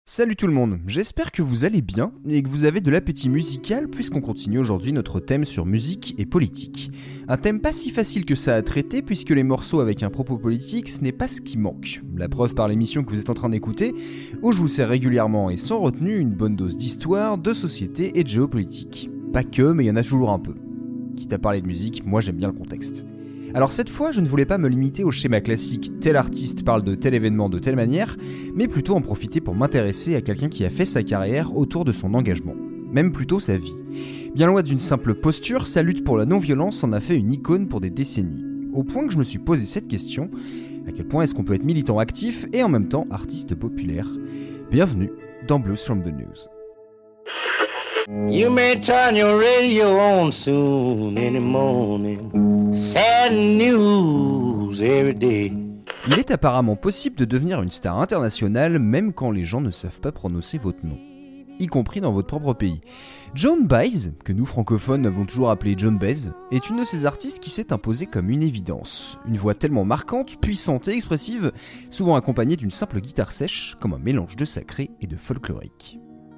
Salut tout le monde, j'espère que vous allez bien et que vous avez de l'appétit musical puisqu'on continue aujourd'hui notre thème sur musique et politique. Un thème pas si facile que ça à traiter puisque les morceaux avec un propos politique ce n'est pas ce qui manque. La preuve par l'émission que vous êtes en train d'écouter où je vous sers régulièrement et sans retenue une bonne dose d'histoire, de société et de géopolitique. Pas que, mais il y en a toujours un peu. Quitte à parler de musique, moi j'aime bien le contexte. Alors cette fois, je ne voulais pas me limiter au schéma classique tel artiste parle de tel événement de telle manière, mais plutôt en profiter pour m'intéresser à quelqu'un qui a fait sa carrière autour de son engagement, même plutôt sa vie. Bien loin d'une simple posture, sa lutte pour la non-violence en a fait une icône pour des décennies, au point que je me suis posé cette question, à quel point est-ce qu'on peut être militant actif et en même temps artiste populaire ? Bienvenue dans Blues from the News. You may turn your radio on soon in the morning. Sad news every day. Il est apparemment possible de devenir une star internationale même quand les gens ne savent pas prononcer votre nom, y compris dans votre propre pays. Joan Baez, que nous francophones avons toujours appelé Joan Baez, est une de ces artistes qui s'est imposée comme une évidence. Une voix tellement marquante, puissante et expressive, souvent accompagnée d'une simple guitare sèche, comme un mélange de sacré et de folklorique.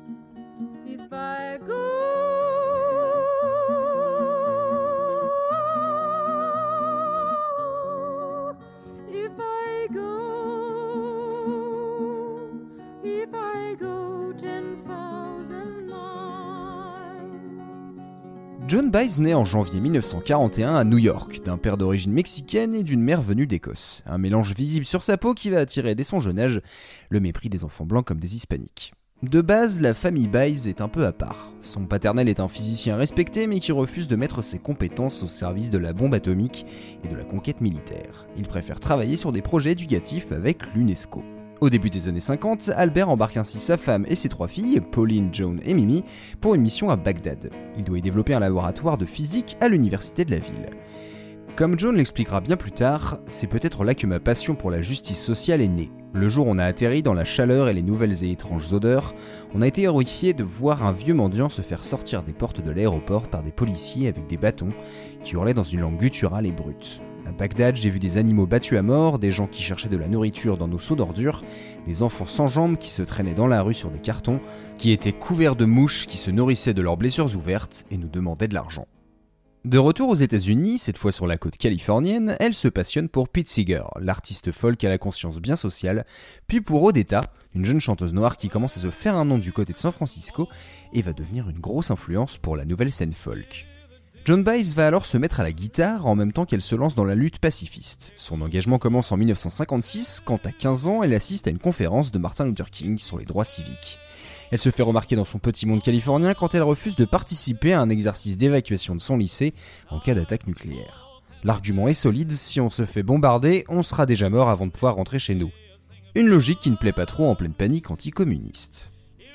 Joan Baez naît en janvier 1941 à New York, d'un père d'origine mexicaine et d'une mère venue d'Écosse. Un mélange visible sur sa peau qui va attirer dès son jeune âge le mépris des enfants blancs comme des hispaniques. De base, la famille Baez est un peu à part. Son paternel est un physicien respecté mais qui refuse de mettre ses compétences au service de la bombe atomique et de la conquête militaire. Il préfère travailler sur des projets éducatifs avec l'UNESCO. Au début des années 50, Albert embarque ainsi sa femme et ses 3 filles, Pauline, Joan et Mimi, pour une mission à Bagdad. Il doit y développer un laboratoire de physique à l'université de la ville. Comme Joan l'expliquera bien plus tard, c'est peut-être là que ma passion pour la justice sociale est née. Le jour où on a atterri dans la chaleur et les nouvelles et étranges odeurs, on a été horrifié de voir un vieux mendiant se faire sortir des portes de l'aéroport par des policiers avec des bâtons qui hurlaient dans une langue gutturale et brute. À Bagdad, j'ai vu des animaux battus à mort, des gens qui cherchaient de la nourriture dans nos seaux d'ordures, des enfants sans jambes qui se traînaient dans la rue sur des cartons, qui étaient couverts de mouches qui se nourrissaient de leurs blessures ouvertes et nous demandaient de l'argent. De retour aux États-Unis, cette fois sur la côte californienne, elle se passionne pour Pete Seeger, l'artiste folk à la conscience bien sociale, puis pour Odetta, une jeune chanteuse noire qui commence à se faire un nom du côté de San Francisco et va devenir une grosse influence pour la nouvelle scène folk. Joan Baez va alors se mettre à la guitare en même temps qu'elle se lance dans la lutte pacifiste. Son engagement commence en 1956 quand à 15 ans elle assiste à une conférence de Martin Luther King sur les droits civiques. Elle se fait remarquer dans son petit monde californien quand elle refuse de participer à un exercice d'évacuation de son lycée en cas d'attaque nucléaire. L'argument est solide, si on se fait bombarder, on sera déjà mort avant de pouvoir rentrer chez nous. Une logique qui ne plaît pas trop en pleine panique anticommuniste.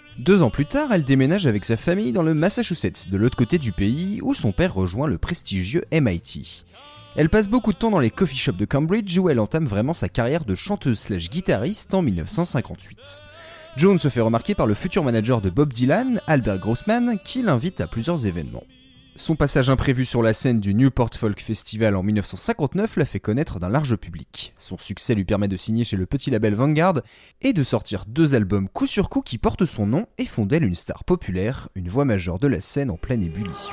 2 ans plus tard, elle déménage avec sa famille dans le Massachusetts, de l'autre côté du pays, où son père rejoint le prestigieux MIT. Elle passe beaucoup de temps dans les coffee shops de Cambridge, où elle entame vraiment sa carrière de chanteuse/guitariste en 1958. Joan se fait remarquer par le futur manager de Bob Dylan, Albert Grossman, qui l'invite à plusieurs événements. Son passage imprévu sur la scène du Newport Folk Festival en 1959 la fait connaître d'un large public. Son succès lui permet de signer chez le petit label Vanguard et de sortir 2 albums coup sur coup qui portent son nom et font d'elle une star populaire, une voix majeure de la scène en pleine ébullition.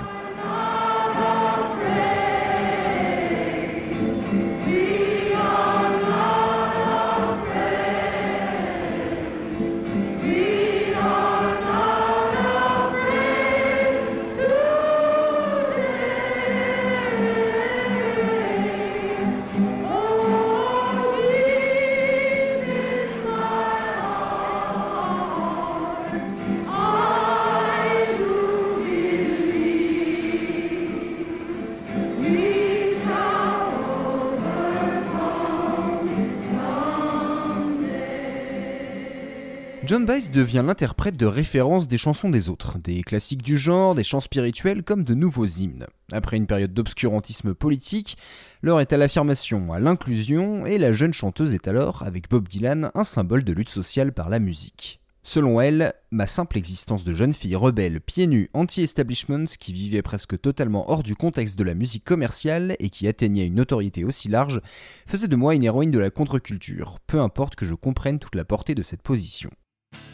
Joan Baez devient l'interprète de référence des chansons des autres, des classiques du genre, des chants spirituels comme de nouveaux hymnes. Après une période d'obscurantisme politique, l'heure est à l'affirmation, à l'inclusion, et la jeune chanteuse est alors, avec Bob Dylan, un symbole de lutte sociale par la musique. Selon elle, ma simple existence de jeune fille rebelle, pieds nus, anti-establishment, qui vivait presque totalement hors du contexte de la musique commerciale et qui atteignait une notoriété aussi large, faisait de moi une héroïne de la contre-culture, peu importe que je comprenne toute la portée de cette position.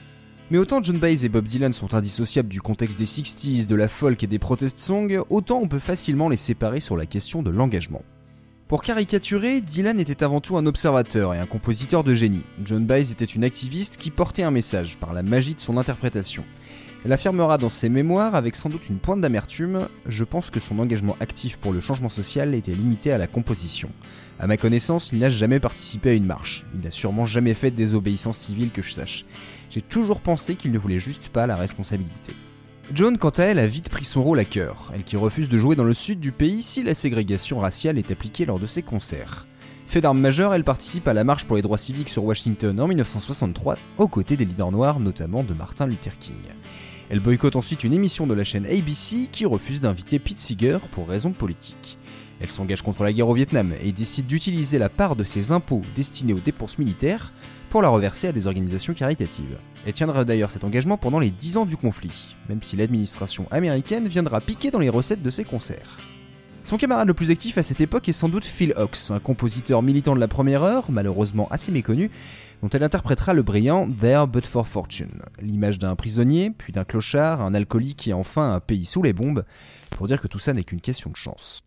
Mais autant John Baez et Bob Dylan sont indissociables du contexte des 60s, de la folk et des protest songs, autant on peut facilement les séparer sur la question de l'engagement. Pour caricaturer, Dylan était avant tout un observateur et un compositeur de génie. Joan Baez était une activiste qui portait un message par la magie de son interprétation. Elle affirmera dans ses mémoires, avec sans doute une pointe d'amertume, « Je pense que son engagement actif pour le changement social était limité à la composition. À ma connaissance, il n'a jamais participé à une marche. Il n'a sûrement jamais fait de désobéissance civile que je sache. J'ai toujours pensé qu'il ne voulait juste pas la responsabilité. » Joan, quant à elle, a vite pris son rôle à cœur, elle qui refuse de jouer dans le sud du pays si la ségrégation raciale est appliquée lors de ses concerts. Fait d'armes majeures, elle participe à la marche pour les droits civiques sur Washington en 1963, aux côtés des leaders noirs, notamment de Martin Luther King. Elle boycotte ensuite une émission de la chaîne ABC qui refuse d'inviter Pete Seeger pour raisons politiques. Elle s'engage contre la guerre au Vietnam et décide d'utiliser la part de ses impôts destinés aux dépenses militaires pour la reverser à des organisations caritatives. Elle tiendra d'ailleurs cet engagement pendant les 10 ans du conflit, même si l'administration américaine viendra piquer dans les recettes de ses concerts. Son camarade le plus actif à cette époque est sans doute Phil Ochs, un compositeur militant de la première heure, malheureusement assez méconnu, dont elle interprétera le brillant There But For Fortune, l'image d'un prisonnier, puis d'un clochard, un alcoolique et enfin un pays sous les bombes, pour dire que tout ça n'est qu'une question de chance.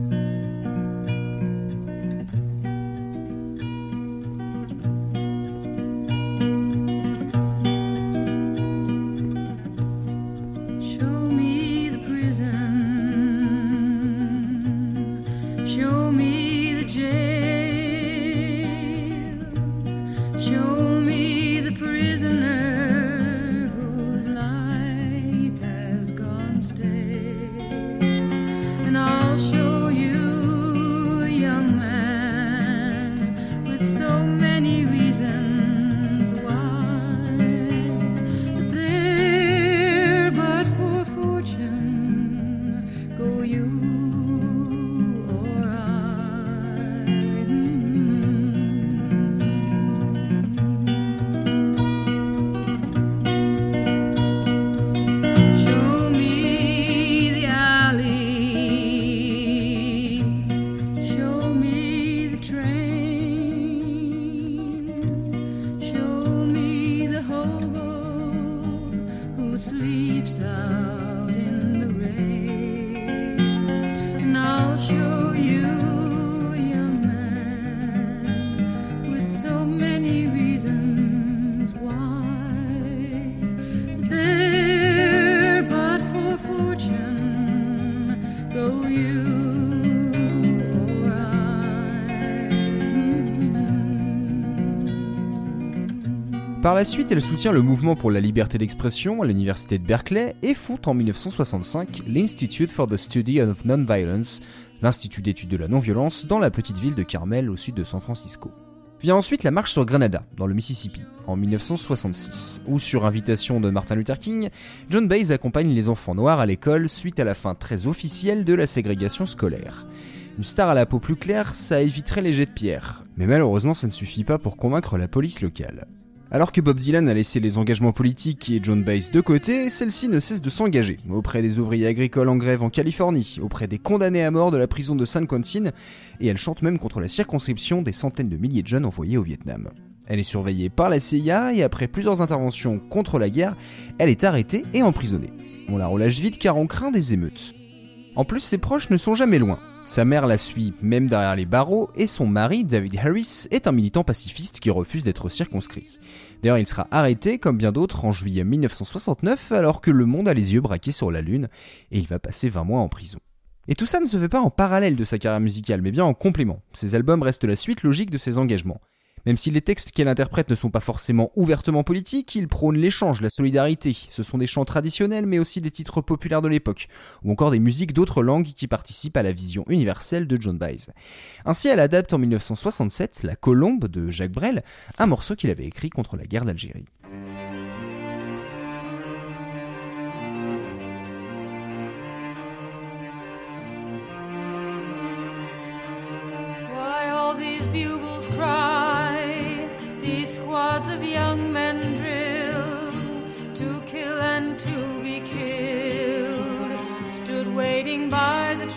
Par la suite, elle soutient le mouvement pour la liberté d'expression à l'université de Berkeley et fonde en 1965 l'Institute for the Study of Nonviolence, l'Institut d'études de la non-violence dans la petite ville de Carmel au sud de San Francisco. Vient ensuite la marche sur Grenada, dans le Mississippi, en 1966, où sur invitation de Martin Luther King, Joan Baez accompagne les enfants noirs à l'école suite à la fin très officielle de la ségrégation scolaire. Une star à la peau plus claire, ça éviterait les jets de pierre, mais malheureusement ça ne suffit pas pour convaincre la police locale. Alors que Bob Dylan a laissé les engagements politiques et Joan Baez de côté, celle-ci ne cesse de s'engager auprès des ouvriers agricoles en grève en Californie, auprès des condamnés à mort de la prison de San Quentin, et elle chante même contre la circonscription des centaines de milliers de jeunes envoyés au Vietnam. Elle est surveillée par la CIA et après plusieurs interventions contre la guerre, elle est arrêtée et emprisonnée. On la relâche vite car on craint des émeutes. En plus, ses proches ne sont jamais loin. Sa mère la suit même derrière les barreaux et son mari, David Harris, est un militant pacifiste qui refuse d'être circonscrit. D'ailleurs, il sera arrêté, comme bien d'autres, en juillet 1969 alors que le monde a les yeux braqués sur la Lune et il va passer 20 mois en prison. Et tout ça ne se fait pas en parallèle de sa carrière musicale, mais bien en complément. Ses albums restent la suite logique de ses engagements. Même si les textes qu'elle interprète ne sont pas forcément ouvertement politiques, ils prônent l'échange, la solidarité. Ce sont des chants traditionnels, mais aussi des titres populaires de l'époque, ou encore des musiques d'autres langues qui participent à la vision universelle de Joan Baez. Ainsi, elle adapte en 1967 La Colombe de Jacques Brel, un morceau qu'il avait écrit contre la guerre d'Algérie. Why all these bugles cry, these squads of young men drill to kill and to be killed, stood waiting by the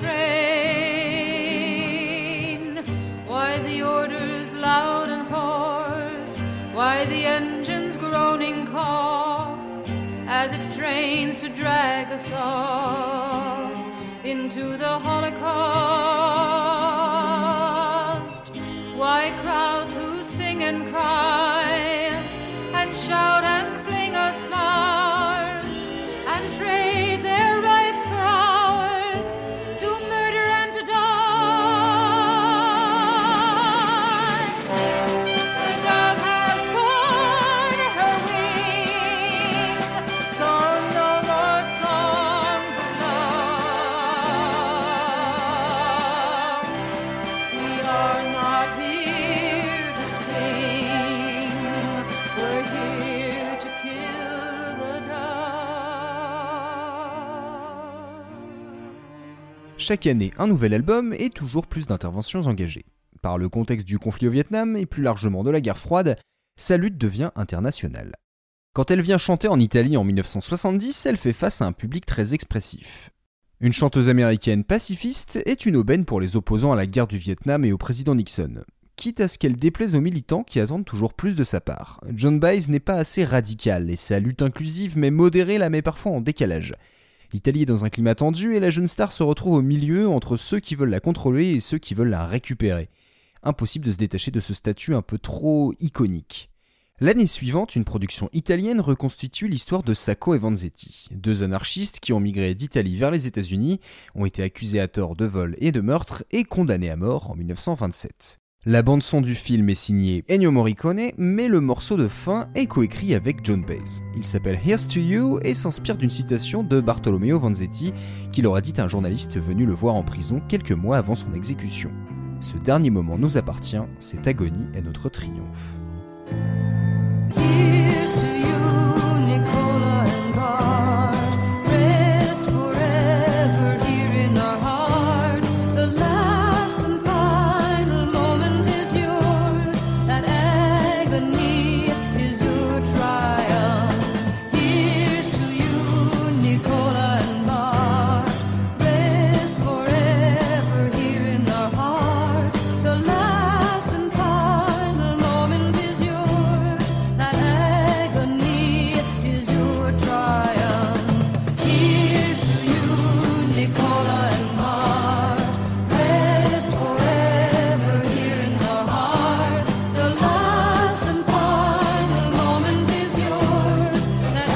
train. Why the orders loud and hoarse, why the engines groan? as it strains to drag us off into the Holocaust. White crowds who sing and cry and shout and fling us flowers and trade their rights for ours to murder and to die. The dove has torn her wings, so no more songs of love. We are not here to sing, we're here to kill the dove. Chaque année, un nouvel album et toujours plus d'interventions engagées. Par le contexte du conflit au Vietnam et plus largement de la guerre froide, sa lutte devient internationale. Quand elle vient chanter en Italie en 1970, elle fait face à un public très expressif. Une chanteuse américaine pacifiste est une aubaine pour les opposants à la guerre du Vietnam et au président Nixon, quitte à ce qu'elle déplaise aux militants qui attendent toujours plus de sa part. Joan Baez n'est pas assez radicale et sa lutte inclusive mais modérée la met parfois en décalage. L'Italie est dans un climat tendu et la jeune star se retrouve au milieu entre ceux qui veulent la contrôler et ceux qui veulent la récupérer. Impossible de se détacher de ce statut un peu trop iconique. L'année suivante, une production italienne reconstitue l'histoire de Sacco et Vanzetti, deux anarchistes qui ont migré d'Italie vers les États-Unis, ont été accusés à tort de vol et de meurtre et condamnés à mort en 1927. La bande-son du film est signée Ennio Morricone, mais le morceau de fin est coécrit avec Joan Baez. Il s'appelle Here's to You et s'inspire d'une citation de Bartolomeo Vanzetti qu'il aura dit à un journaliste venu le voir en prison quelques mois avant son exécution. Ce dernier moment nous appartient, cette agonie est notre triomphe. Here's to you, Nicola and Bart. Rest forever here in our hearts. The last and final moment is yours. That agony is your triumph. Here's to you, Nicola and Bart. Rest forever here in our hearts. The last and final moment is yours. That agony is your triumph. Here's to you, Nicola and Bart. Rest forever here in our hearts. The last and final moment is yours. That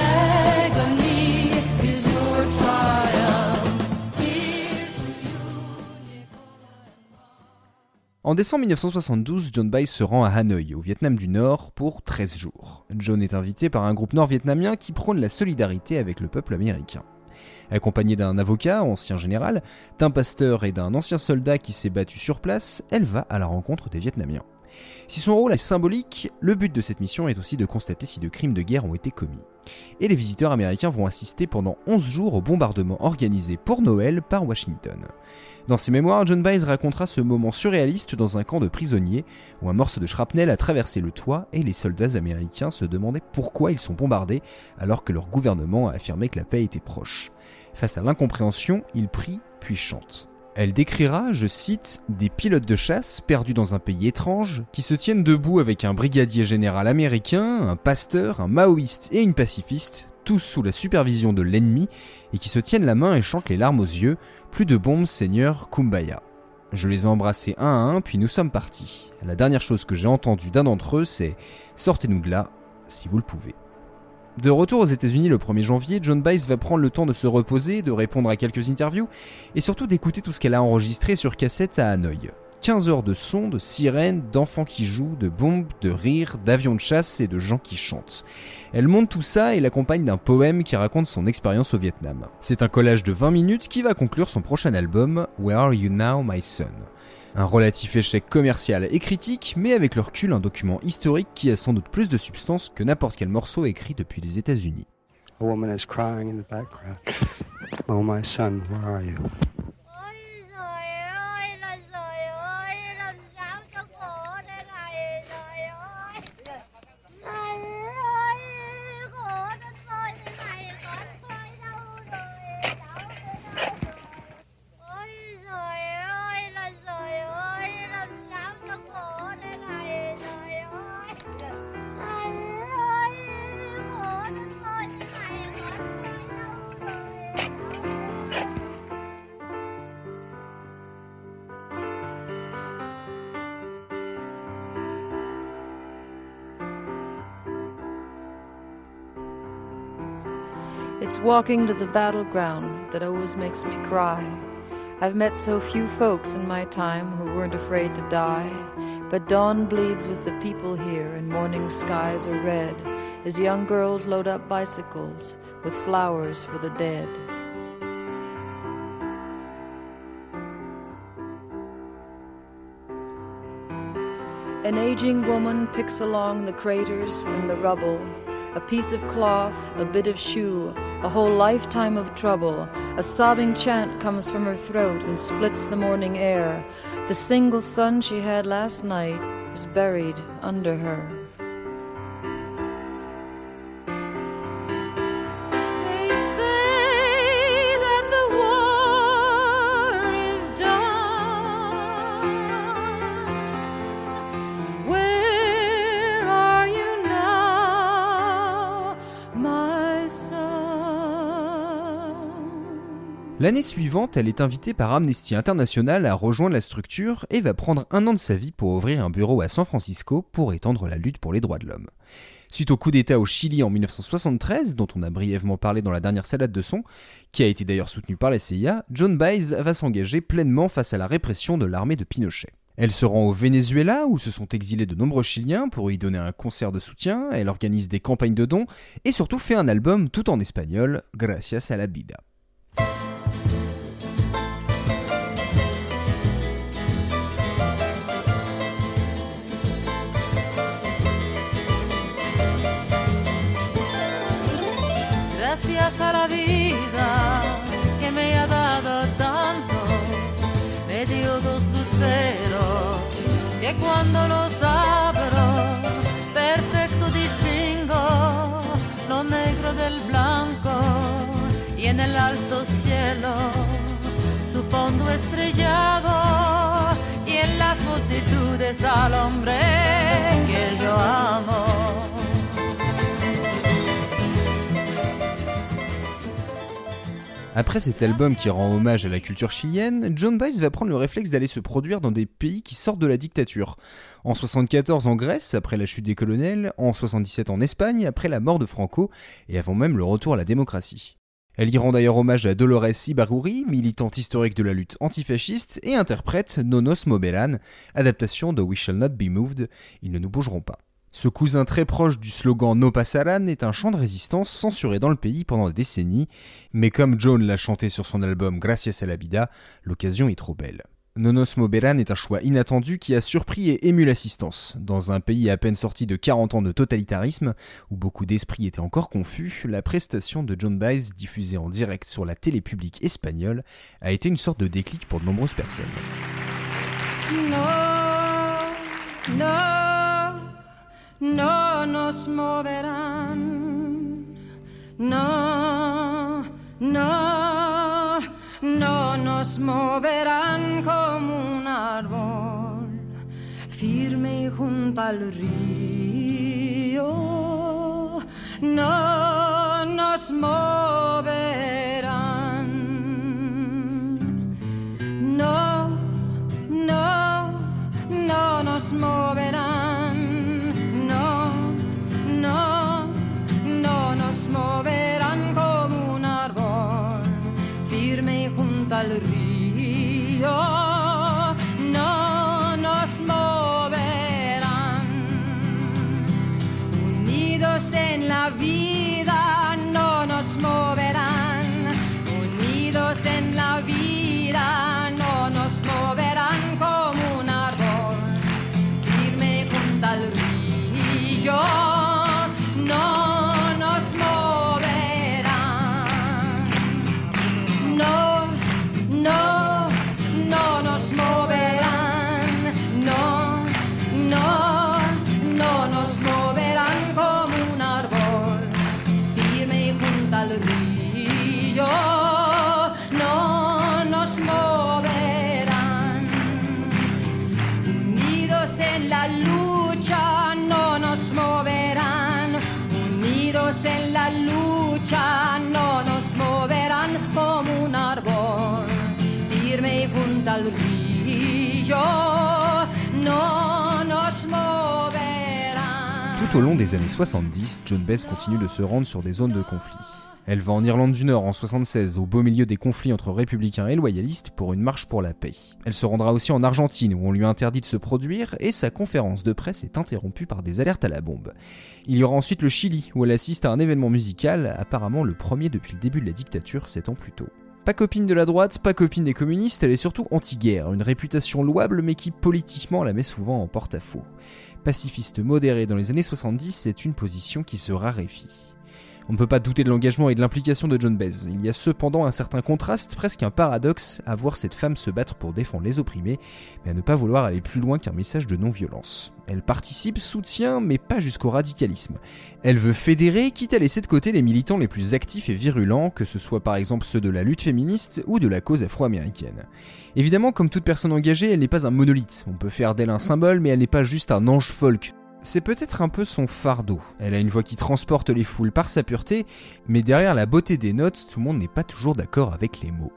agony is your triumph. Here's to you, Nicola and Bart. En décembre 1972, Joan Baez se rend à Hanoï, au Vietnam du Nord, pour 13 jours. Joan est invitée par un groupe nord-vietnamien qui prône la solidarité avec le peuple américain. Accompagnée d'un avocat, ancien général, d'un pasteur et d'un ancien soldat qui s'est battu sur place, elle va à la rencontre des Vietnamiens. Si son rôle est symbolique, le but de cette mission est aussi de constater si de crimes de guerre ont été commis. Et les visiteurs américains vont assister pendant 11 jours au bombardement organisé pour Noël par Washington. Dans ses mémoires, Joan Baez racontera ce moment surréaliste dans un camp de prisonniers où un morceau de shrapnel a traversé le toit et les soldats américains se demandaient pourquoi ils sont bombardés alors que leur gouvernement a affirmé que la paix était proche. Face à l'incompréhension, ils prient puis chantent. Elle décrira, je cite, « des pilotes de chasse perdus dans un pays étrange qui se tiennent debout avec un brigadier général américain, un pasteur, un maoïste et une pacifiste, tous sous la supervision de l'ennemi, et qui se tiennent la main et chantent les larmes aux yeux, plus de bombes, Seigneur, Kumbaya. Je les ai embrassés un à un, puis nous sommes partis. La dernière chose que j'ai entendue d'un d'entre eux, c'est « sortez-nous de là, si vous le pouvez ». De retour aux États-Unis le 1er janvier, Joan Baez va prendre le temps de se reposer, de répondre à quelques interviews et surtout d'écouter tout ce qu'elle a enregistré sur cassette à Hanoï. 15 heures de sons, de sirènes, d'enfants qui jouent, de bombes, de rires, d'avions de chasse et de gens qui chantent. Elle monte tout ça et l'accompagne d'un poème qui raconte son expérience au Vietnam. C'est un collage de 20 minutes qui va conclure son prochain album, Where Are You Now, My Son? Un relatif échec commercial et critique, mais avec le recul un document historique qui a sans doute plus de substance que n'importe quel morceau écrit depuis les États-Unis. A woman is crying in the background. Oh my son, where are you? Ôi trời ơi là trời ơi, làm sao cho khổ thế này trời ơi. Trời ơi, khổ đến tôi thế này, con tôi đâu rồi, cháu tôi đâu rồi. Ôi trời ơi là trời ơi, làm sao cho khổ thế này trời ơi. Trời ơi, khổ đến tôi thế này, con It's walking to the battleground that always makes me cry. I've met so few folks in my time who weren't afraid to die. But dawn bleeds with the people here and morning skies are red as young girls load up bicycles with flowers for the dead. An aging woman picks along the craters and the rubble, a piece of cloth, a bit of shoe, a whole lifetime of trouble. A sobbing chant comes from her throat and splits the morning air. The single son she had last night is buried under her. They say that the war is done. Where are you now, my son? L'année suivante, elle est invitée par Amnesty International à rejoindre la structure et va prendre 1 an de sa vie pour ouvrir un bureau à San Francisco pour étendre la lutte pour les droits de l'homme. Suite au coup d'État au Chili en 1973, dont on a brièvement parlé dans la dernière salade de son, qui a été d'ailleurs soutenue par la CIA, Joan Baez va s'engager pleinement face à la répression de l'armée de Pinochet. Elle se rend au Venezuela où se sont exilés de nombreux Chiliens pour y donner un concert de soutien, elle organise des campagnes de dons et surtout fait un album tout en espagnol, Gracias a la vida. Gracias a la vida que me ha dado tanto, me dio 2 luceros que cuando los abro perfecto distingo lo negro del blanco y en el alto cielo su fondo estrellado y en las multitudes al hombre que yo amo. Après cet album qui rend hommage à la culture chilienne, Joan Baez va prendre le réflexe d'aller se produire dans des pays qui sortent de la dictature. En 74 en Grèce, après la chute des colonels, en 77 en Espagne, après la mort de Franco, et avant même le retour à la démocratie. Elle y rend d'ailleurs hommage à Dolores Ibarruri, militante historique de la lutte antifasciste, et interprète No nos moverán, adaptation de We Shall Not Be Moved, Ils ne nous bougeront pas. Ce cousin très proche du slogan No pasarán est un chant de résistance censuré dans le pays pendant des décennies, mais comme Joan l'a chanté sur son album Gracias a la vida, l'occasion est trop belle. No nos moverán est un choix inattendu qui a surpris et ému l'assistance. Dans un pays à peine sorti de 40 ans de totalitarisme, où beaucoup d'esprits étaient encore confus, la prestation de Joan Baez, diffusée en direct sur la télé publique espagnole, a été une sorte de déclic pour de nombreuses personnes. No nos moverán, no nos moverán como un árbol firme junto al río, no nos moverán, no nos moverán. No nos moverán como un árbol firme junto al río, no nos moverán. Unidos en la vida no nos moverán, unidos en la vida no nos moverán como un árbol firme junto al río. No nos moverán, no nos moverán, no nos moverán como un árbol firme junto al río, no nos moverán, unidos en la lucha no nos moverán, unidos en la lucha no nos moverán como un árbol firme junto al río, no nos moverán. Tout au long des années 70, Joan Baez continue de se rendre sur des zones de conflit. Elle va en Irlande du Nord en 1976, au beau milieu des conflits entre républicains et loyalistes, pour une marche pour la paix. Elle se rendra aussi en Argentine, où on lui interdit de se produire, et sa conférence de presse est interrompue par des alertes à la bombe. Il y aura ensuite le Chili, où elle assiste à un événement musical, apparemment le premier depuis le début de la dictature 7 ans plus tôt. Pas copine de la droite, pas copine des communistes, elle est surtout anti-guerre, une réputation louable mais qui politiquement la met souvent en porte-à-faux. Pacifiste modérée dans les années 70, c'est une position qui se raréfie. On ne peut pas douter de l'engagement et de l'implication de Joan Baez. Il y a cependant un certain contraste, presque un paradoxe, à voir cette femme se battre pour défendre les opprimés, mais à ne pas vouloir aller plus loin qu'un message de non-violence. Elle participe, soutient, mais pas jusqu'au radicalisme. Elle veut fédérer, quitte à laisser de côté les militants les plus actifs et virulents, que ce soit par exemple ceux de la lutte féministe ou de la cause afro-américaine. Évidemment, comme toute personne engagée, elle n'est pas un monolithe. On peut faire d'elle un symbole, mais elle n'est pas juste un ange folk. C'est peut-être un peu son fardeau. Elle a une voix qui transporte les foules par sa pureté, mais derrière la beauté des notes, tout le monde n'est pas toujours d'accord avec les mots.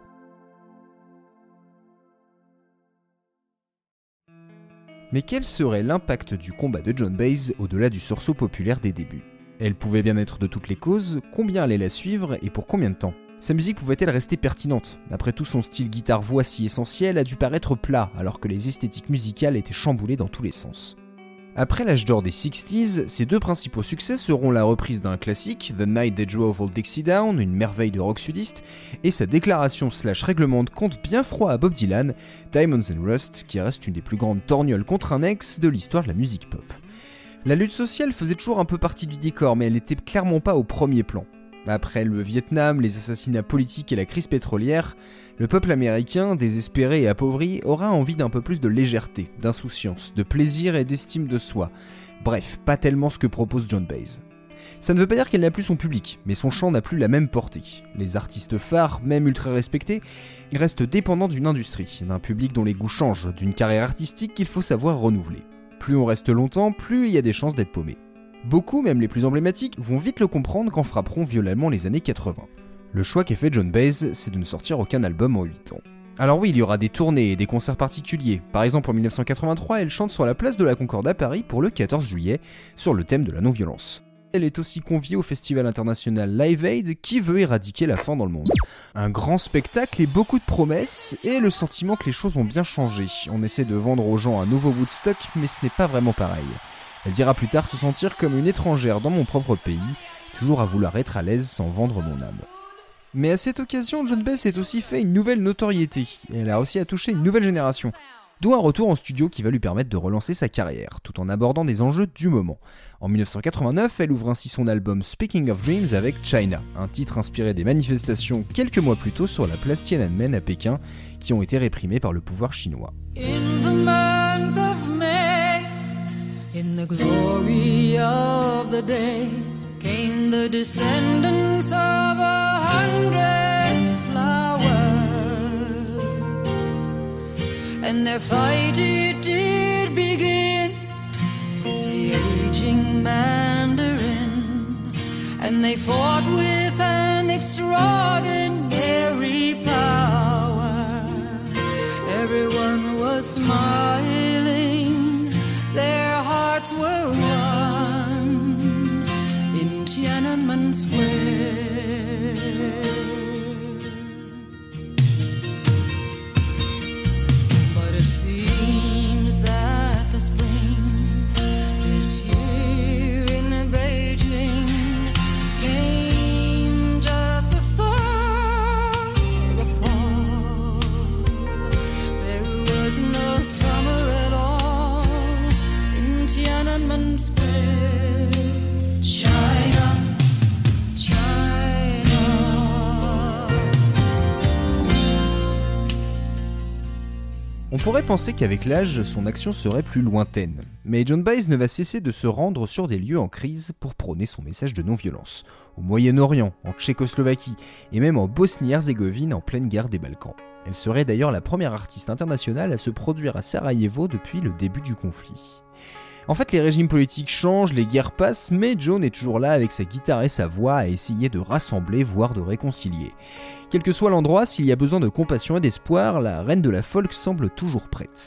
Mais quel serait l'impact du combat de Joan Baez au-delà du sursaut populaire des débuts ? Elle pouvait bien être de toutes les causes, combien allait la suivre et pour combien de temps ? Sa musique pouvait-elle rester pertinente ? Après tout, son style guitare-voix si essentiel a dû paraître plat, alors que les esthétiques musicales étaient chamboulées dans tous les sens. Après l'âge d'or des 60s, ses deux principaux succès seront la reprise d'un classique, The Night They Drove Old Dixie Down, une merveille de rock sudiste, et sa déclaration / règlement de compte bien froid à Bob Dylan, Diamonds and Rust, qui reste une des plus grandes torgnoles contre un ex de l'histoire de la musique pop. La lutte sociale faisait toujours un peu partie du décor, mais elle n'était clairement pas au premier plan. Après le Vietnam, les assassinats politiques et la crise pétrolière, le peuple américain, désespéré et appauvri, aura envie d'un peu plus de légèreté, d'insouciance, de plaisir et d'estime de soi. Bref, pas tellement ce que propose Joan Baez. Ça ne veut pas dire qu'elle n'a plus son public, mais son chant n'a plus la même portée. Les artistes phares, même ultra respectés, restent dépendants d'une industrie, d'un public dont les goûts changent, d'une carrière artistique qu'il faut savoir renouveler. Plus on reste longtemps, plus il y a des chances d'être paumé. Beaucoup, même les plus emblématiques, vont vite le comprendre quand frapperont violemment les années 80. Le choix qu'a fait Joan Baez, c'est de ne sortir aucun album en 8 ans. Alors oui, il y aura des tournées et des concerts particuliers. Par exemple, en 1983, elle chante sur la place de la Concorde à Paris pour le 14 juillet, sur le thème de la non-violence. Elle est aussi conviée au festival international Live Aid qui veut éradiquer la faim dans le monde. Un grand spectacle et beaucoup de promesses, et le sentiment que les choses ont bien changé. On essaie de vendre aux gens un nouveau Woodstock, mais ce n'est pas vraiment pareil. Elle dira plus tard se sentir comme une étrangère dans mon propre pays, toujours à vouloir être à l'aise sans vendre mon âme. Mais à cette occasion, Joan Baez s'est aussi fait une nouvelle notoriété, et elle a aussi à toucher une nouvelle génération. D'où un retour en studio qui va lui permettre de relancer sa carrière, tout en abordant des enjeux du moment. En 1989, elle ouvre ainsi son album Speaking of Dreams avec China, un titre inspiré des manifestations quelques mois plus tôt sur la place Tiananmen à Pékin, qui ont été réprimées par le pouvoir chinois. In the glory of the day came the descendants of 100 flowers, and their fight it did begin with the aging mandarin, and they fought with an extraordinary power. Everyone was smiling, their hearts were one in Tiananmen Square. But it seems that the spring this year in Beijing came just before the fall. There was no summer at all Tiananmen Square, China, China. On pourrait penser qu'avec l'âge, son action serait plus lointaine. Mais Joan Baez ne va cesser de se rendre sur des lieux en crise pour prôner son message de non-violence. Au Moyen-Orient, en Tchécoslovaquie et même en Bosnie-Herzégovine en pleine guerre des Balkans. Elle serait d'ailleurs la première artiste internationale à se produire à Sarajevo depuis le début du conflit. En fait, les régimes politiques changent, les guerres passent, mais Joan est toujours là avec sa guitare et sa voix à essayer de rassembler, voire de réconcilier. Quel que soit l'endroit, s'il y a besoin de compassion et d'espoir, la reine de la folk semble toujours prête.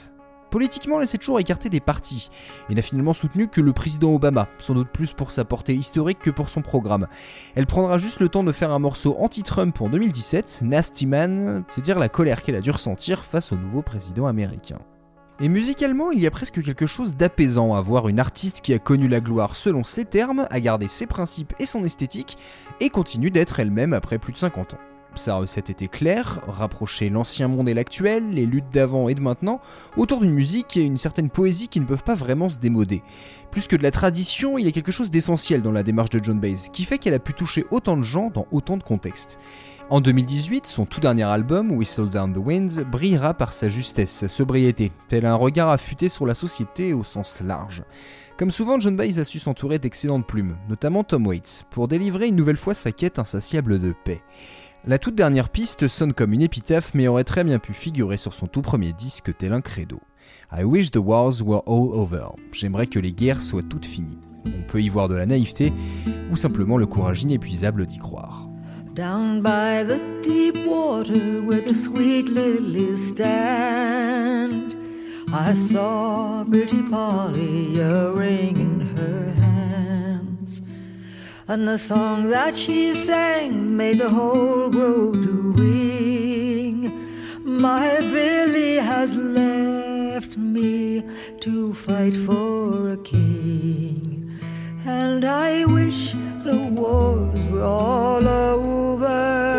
Politiquement, elle s'est toujours écartée des partis et n'a finalement soutenu que le président Obama, sans doute plus pour sa portée historique que pour son programme. Elle prendra juste le temps de faire un morceau anti-Trump en 2017, Nasty Man, c'est dire la colère qu'elle a dû ressentir face au nouveau président américain. Et musicalement, il y a presque quelque chose d'apaisant à voir une artiste qui a connu la gloire selon ses termes, a gardé ses principes et son esthétique, et continue d'être elle-même après plus de 50 ans. Sa recette était claire, rapprocher l'ancien monde et l'actuel, les luttes d'avant et de maintenant, autour d'une musique et une certaine poésie qui ne peuvent pas vraiment se démoder. Plus que de la tradition, il y a quelque chose d'essentiel dans la démarche de Joan Baez, qui fait qu'elle a pu toucher autant de gens dans autant de contextes. En 2018, son tout dernier album, Whistle Down the Wind, brillera par sa justesse, sa sobriété, tel un regard affûté sur la société au sens large. Comme souvent, Joan Baez a su s'entourer d'excellentes plumes, notamment Tom Waits, pour délivrer une nouvelle fois sa quête insatiable de paix. La toute dernière piste sonne comme une épitaphe mais aurait très bien pu figurer sur son tout premier disque tel un credo. I wish the wars were all over. J'aimerais que les guerres soient toutes finies. On peut y voir de la naïveté ou simplement le courage inépuisable d'y croire. Down by the deep water where the sweet lilies stand, I saw pretty Polly a ring in her hands, and the song that she sang made the whole grove to ring. My Billy has left me to fight for a king, and I wish the wars were all over.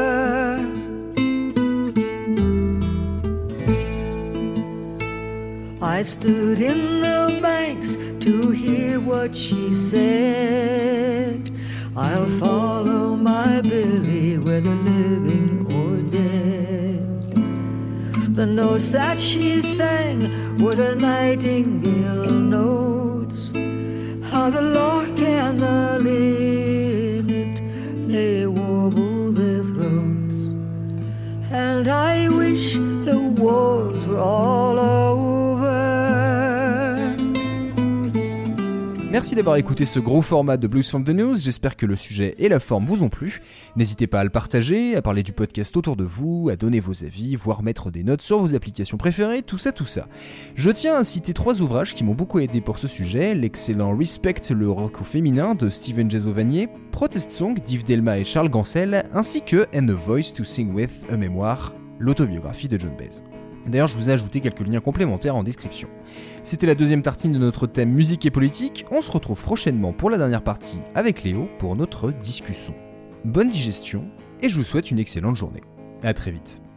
I stood in the banks to hear what she said. I'll follow my Billy, whether living or dead. The notes that she sang were the nightingale notes, how the lark and the linnet, they warble their throats. And I wish the wars were all over. Merci d'avoir écouté ce gros format de Blues from the News, j'espère que le sujet et la forme vous ont plu. N'hésitez pas à le partager, à parler du podcast autour de vous, à donner vos avis, voire mettre des notes sur vos applications préférées, tout ça. Je tiens à citer 3 ouvrages qui m'ont beaucoup aidé pour ce sujet, l'excellent Respect le rock au féminin de Steven J. Vanier, Protest Song d'Yves Delma et Charles Gansel, ainsi que And a Voice to Sing With, a mémoire, l'autobiographie de Joan Baez. D'ailleurs, je vous ai ajouté quelques liens complémentaires en description. C'était la deuxième tartine de notre thème musique et politique. On se retrouve prochainement pour la dernière partie avec Léo pour notre discussion. Bonne digestion et je vous souhaite une excellente journée. À très vite.